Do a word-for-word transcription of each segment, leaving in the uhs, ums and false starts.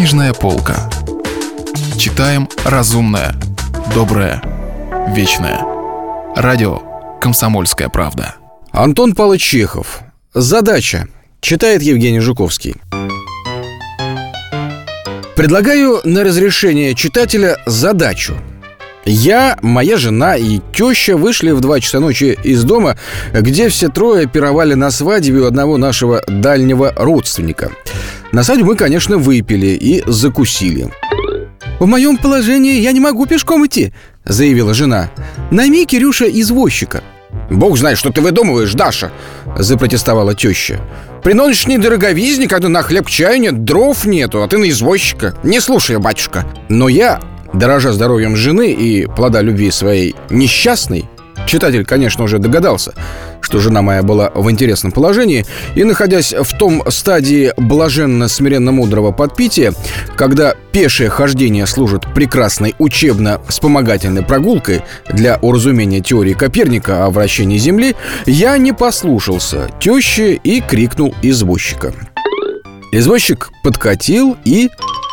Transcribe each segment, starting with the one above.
Книжная полка. Читаем разумное, доброе, вечное. Радио «Комсомольская правда». Антон Павлович Чехов. Задача. Читает Евгений Жуковский. Предлагаю на разрешение читателя задачу. Я, моя жена и теща вышли в два часа ночи из дома, где все трое пировали на свадьбе у одного нашего дальнего родственника. На свадьбу мы, конечно, выпили и закусили. «В моем положении я не могу пешком идти», — заявила жена. «Найми Кирюша извозчика». «Бог знает, что ты выдумываешь, Даша», — запротестовала теща. «При нынешней дороговизне, когда на хлеб к чаю нет, дров нету, а ты на извозчика. Не слушай, батюшка». Но я, дорожа здоровьем жены и плода любви своей несчастной, читатель, конечно, уже догадался, что жена моя была в интересном положении, и, находясь в том стадии блаженно-смиренно-мудрого подпития, когда пешее хождение служит прекрасной учебно-вспомогательной прогулкой для уразумения теории Коперника о вращении Земли, я не послушался тещи и крикнул извозчика. Извозчик подкатил и...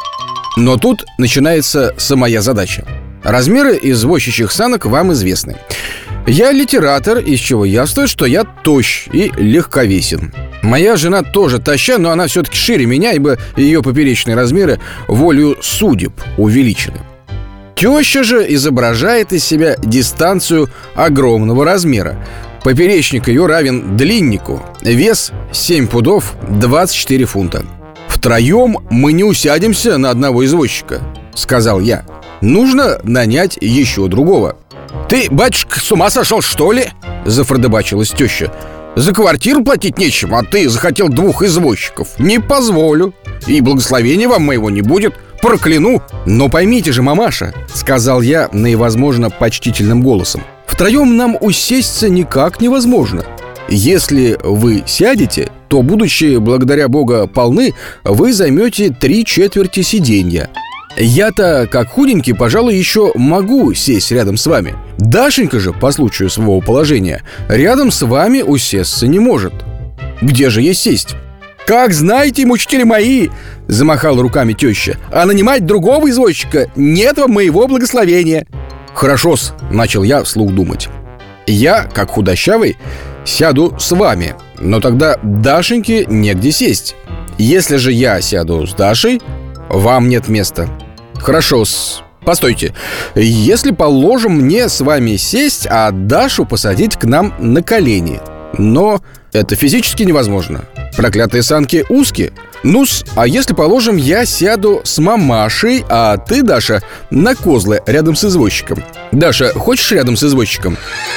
Но тут начинается самая задача. Размеры извозчичьих санок вам известны. Я литератор, из чего явствует, что я тощ и легковесен. Моя жена тоже тоща, но она все-таки шире меня, ибо ее поперечные размеры волею судеб увеличены. Теща же изображает из себя дистанцию огромного размера. Поперечник ее равен длиннику. Вес семь пудов двадцать четыре фунта. «Втроем мы не усядемся на одного извозчика», — сказал я. «Нужно нанять еще другого». «Ты, батюшка, с ума сошел, что ли?» — зафордыбачилась теща. «За квартиру платить нечем, а ты захотел двух извозчиков. Не позволю. И благословения вам моего не будет. Прокляну». «Но поймите же, мамаша», — сказал я наивозможно почтительным голосом, «втроем нам усесться никак невозможно. Если вы сядете, то, будучи, благодаря Бога, полны, вы займете три четверти сиденья. Я-то, как худенький, пожалуй, еще могу сесть рядом с вами. Дашенька же, по случаю своего положения, рядом с вами усесться не может. Где же ей сесть?» «Как знаете, мучители мои!» — замахала руками теща. «А нанимать другого извозчика нет вам моего благословения». «Хорошо-с», — начал я вслух думать. «Я, как худощавый, сяду с вами, но тогда Дашеньке негде сесть. Если же я сяду с Дашей, вам нет места. Хорошо-с, постойте. Если, положим, мне с вами сесть, а Дашу посадить к нам на колени. Но это физически невозможно. Проклятые санки узкие. Ну-с, а если, положим, я сяду с мамашей, а ты, Даша, на козлы рядом с извозчиком. Даша, хочешь рядом с извозчиком?»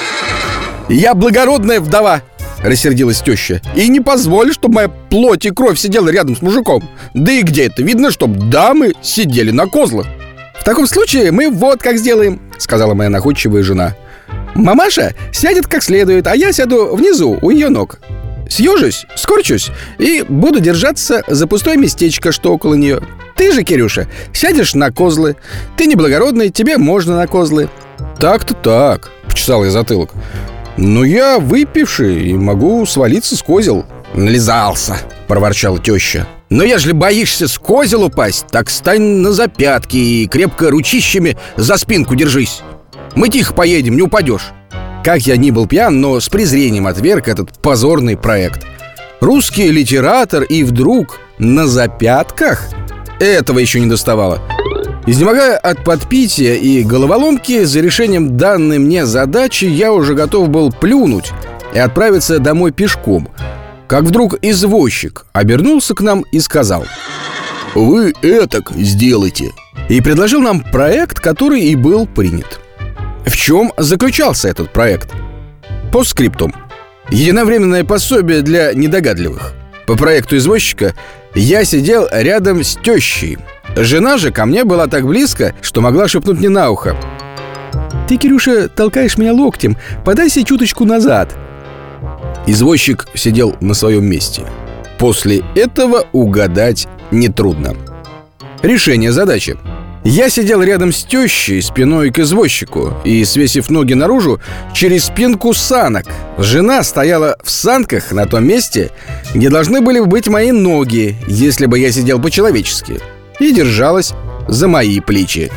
«Я благородная вдова», — рассердилась теща, «и не позволю, чтобы моя плоть и кровь сидела рядом с мужиком. Да и где это видно, чтобы дамы сидели на козлах?» «В таком случае мы вот как сделаем», — сказала моя находчивая жена. «Мамаша сядет как следует, а я сяду внизу у ее ног. Съежусь, скорчусь и буду держаться за пустое местечко, что около нее. Ты же, Кирюша, сядешь на козлы. Ты неблагородный, тебе можно на козлы». «Так-то так», — почесал я затылок. «Но я выпивший и могу свалиться с козел». «Нализался», — проворчала теща. «Но ежели боишься с козел упасть, так стань на запятки и крепко ручищами за спинку держись. Мы тихо поедем, не упадешь». Как я ни был пьян, но с презрением отверг этот позорный проект. Русский литератор и вдруг на запятках? Этого еще не доставало. Изнемогая от подпития и головоломки, за решением данной мне задачи я уже готов был плюнуть и отправиться домой пешком, как вдруг извозчик обернулся к нам и сказал: «Вы этак сделайте», и предложил нам проект, который и был принят. В чем заключался этот проект? Постскриптум. Единовременное пособие для недогадливых. По проекту извозчика я сидел рядом с тещей. Жена же ко мне была так близко, что могла шепнуть мне на ухо: «Ты, Кирюша, толкаешь меня локтем, подайся чуточку назад». Извозчик сидел на своем месте. После этого угадать нетрудно. Решение задачи. Я сидел рядом с тещей, спиной к извозчику, и, свесив ноги наружу, через спинку санок. Жена стояла в санках на том месте, где должны были быть мои ноги, если бы я сидел по-человечески. и держалась за мои плечи.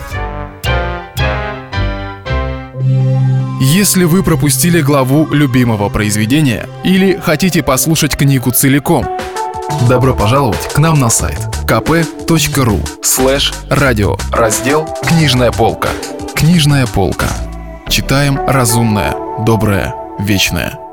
Если вы пропустили главу любимого произведения или хотите послушать книгу целиком, добро пожаловать к нам на сайт kp.ru слэш радио, раздел «Книжная полка». Книжная полка. Читаем разумное, доброе, вечное.